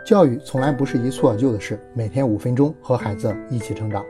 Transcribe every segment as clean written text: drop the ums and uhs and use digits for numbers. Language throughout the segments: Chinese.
教育从来不是一蹴而就的事，每天5分钟和孩子一起成长。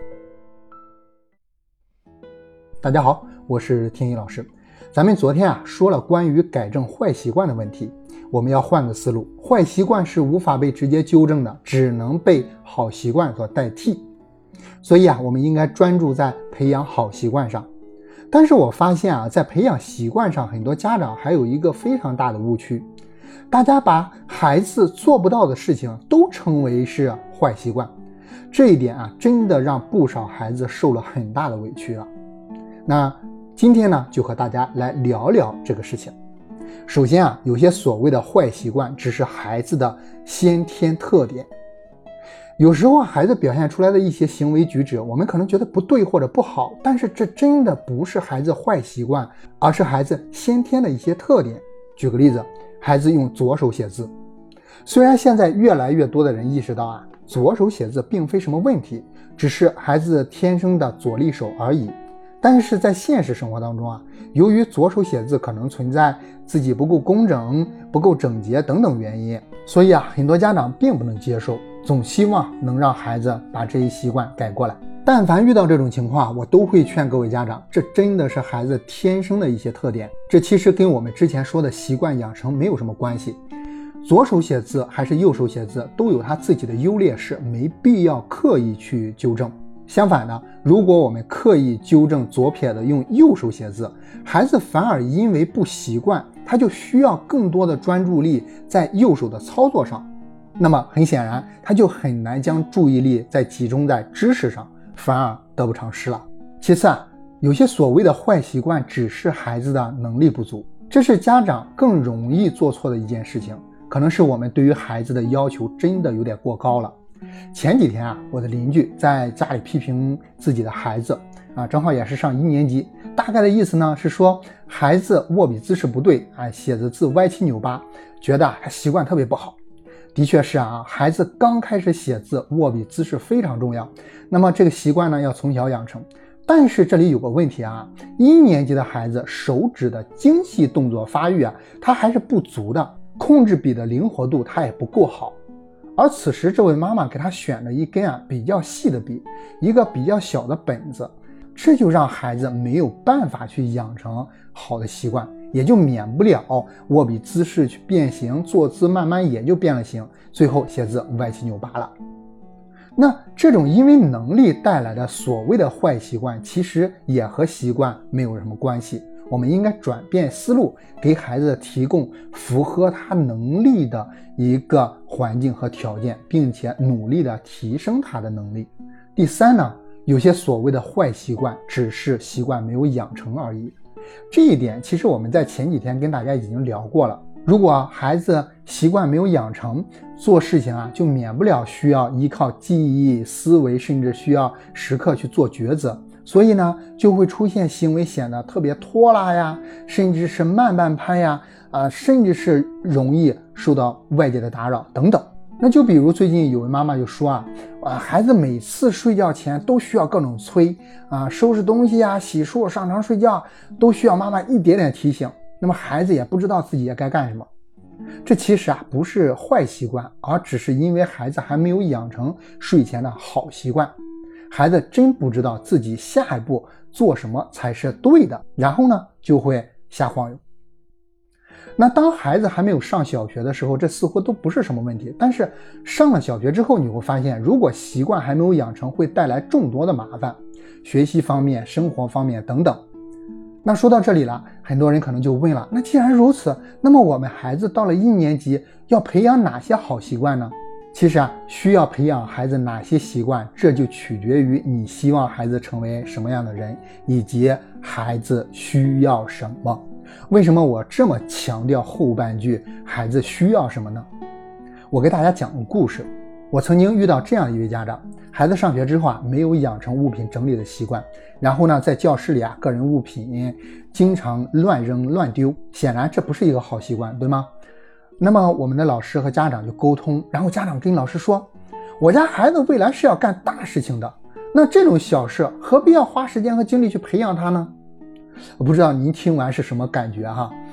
大家好，我是天一老师。咱们昨天说了关于改正坏习惯的问题，我们要换个思路，坏习惯是无法被直接纠正的，只能被好习惯所代替。所以我们应该专注在培养好习惯上。但是我发现在培养习惯上，很多家长还有一个非常大的误区，大家把孩子做不到的事情都称为是坏习惯，这一点真的让不少孩子受了很大的委屈了。那今天呢，就和大家来聊聊这个事情。首先有些所谓的坏习惯只是孩子的先天特点。有时候孩子表现出来的一些行为举止，我们可能觉得不对或者不好，但是这真的不是孩子坏习惯，而是孩子先天的一些特点。举个例子，孩子用左手写字。虽然现在越来越多的人意识到左手写字并非什么问题，只是孩子天生的左利手而已。但是在现实生活当中由于左手写字可能存在自己不够工整、不够整洁等等原因，所以很多家长并不能接受，总希望能让孩子把这一习惯改过来。但凡遇到这种情况，我都会劝各位家长，这真的是孩子天生的一些特点，这其实跟我们之前说的习惯养成没有什么关系。左手写字还是右手写字都有他自己的优劣势，没必要刻意去纠正。相反的，如果我们刻意纠正左撇子用右手写字，孩子反而因为不习惯，他就需要更多的专注力在右手的操作上，那么很显然他就很难将注意力再集中在知识上，反而得不偿失了。其次有些所谓的坏习惯只是孩子的能力不足，这是家长更容易做错的一件事情，可能是我们对于孩子的要求真的有点过高了。前几天我的邻居在家里批评自己的孩子正好也是上1年级，大概的意思呢是说孩子握笔姿势不对写的字歪七扭八，觉得他习惯特别不好。的确是孩子刚开始写字握笔姿势非常重要，那么这个习惯呢要从小养成。但是这里有个问题1年级的孩子手指的精细动作发育他还是不足的，控制笔的灵活度他也不够好。而此时这位妈妈给他选了一根比较细的笔，一个比较小的本子，这就让孩子没有办法去养成好的习惯，也就免不了握笔姿势去变形，坐姿慢慢也就变了形，最后写字歪七扭八了。那这种因为能力带来的所谓的坏习惯，其实也和习惯没有什么关系。我们应该转变思路，给孩子提供符合他能力的一个环境和条件，并且努力的提升他的能力。第三呢，有些所谓的坏习惯只是习惯没有养成而已。这一点其实我们在前几天跟大家已经聊过了。如果孩子习惯没有养成，做事情就免不了需要依靠记忆、思维，甚至需要时刻去做抉择。所以呢，就会出现行为显得特别拖拉呀，甚至是慢半拍呀，甚至是容易受到外界的打扰等等。那就比如最近有位妈妈就说孩子每次睡觉前都需要各种催收拾东西洗漱、上床睡觉都需要妈妈一点点提醒，那么孩子也不知道自己也该干什么。这其实不是坏习惯，而只是因为孩子还没有养成睡前的好习惯。孩子真不知道自己下一步做什么才是对的，然后呢就会瞎晃悠。那当孩子还没有上小学的时候，这似乎都不是什么问题，但是上了小学之后，你会发现如果习惯还没有养成，会带来众多的麻烦，学习方面、生活方面等等。那说到这里了，很多人可能就问了，那既然如此，那么我们孩子到了1年级要培养哪些好习惯呢？其实需要培养孩子哪些习惯，这就取决于你希望孩子成为什么样的人，以及孩子需要什么。为什么我这么强调后半句孩子需要什么呢？我给大家讲个故事。我曾经遇到这样一位家长，孩子上学之后没有养成物品整理的习惯，然后呢在教室里个人物品经常乱扔乱丢，显然这不是一个好习惯，对吗？那么我们的老师和家长就沟通，然后家长跟老师说，我家孩子未来是要干大事情的，那这种小事何必要花时间和精力去培养他呢？我不知道您听完是什么感觉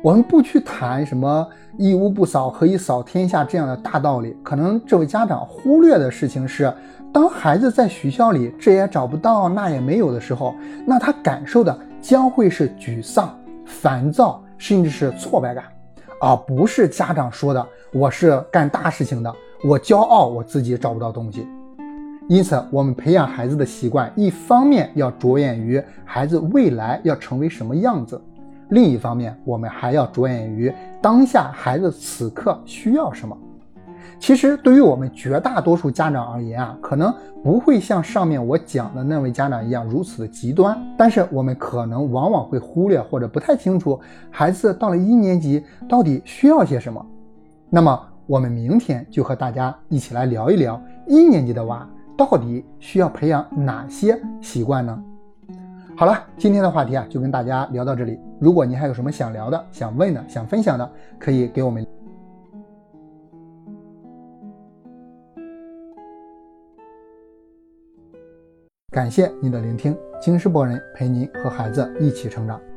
我们不去谈什么一屋不扫何以扫天下这样的大道理，可能这位家长忽略的事情是，当孩子在学校里这也找不到那也没有的时候，那他感受的将会是沮丧、烦躁，甚至是挫败感，而不是家长说的我是干大事情的，我骄傲我自己找不到东西。因此我们培养孩子的习惯，一方面要着眼于孩子未来要成为什么样子，另一方面我们还要着眼于当下孩子此刻需要什么。其实对于我们绝大多数家长而言可能不会像上面我讲的那位家长一样如此的极端，但是我们可能往往会忽略或者不太清楚孩子到了1年级到底需要些什么。那么我们明天就和大家一起来聊一聊1年级的娃到底需要培养哪些习惯呢？好了，今天的话题就跟大家聊到这里。如果您还有什么想聊的、想问的、想分享的，可以给我们。感谢您的聆听，京师博人陪您和孩子一起成长。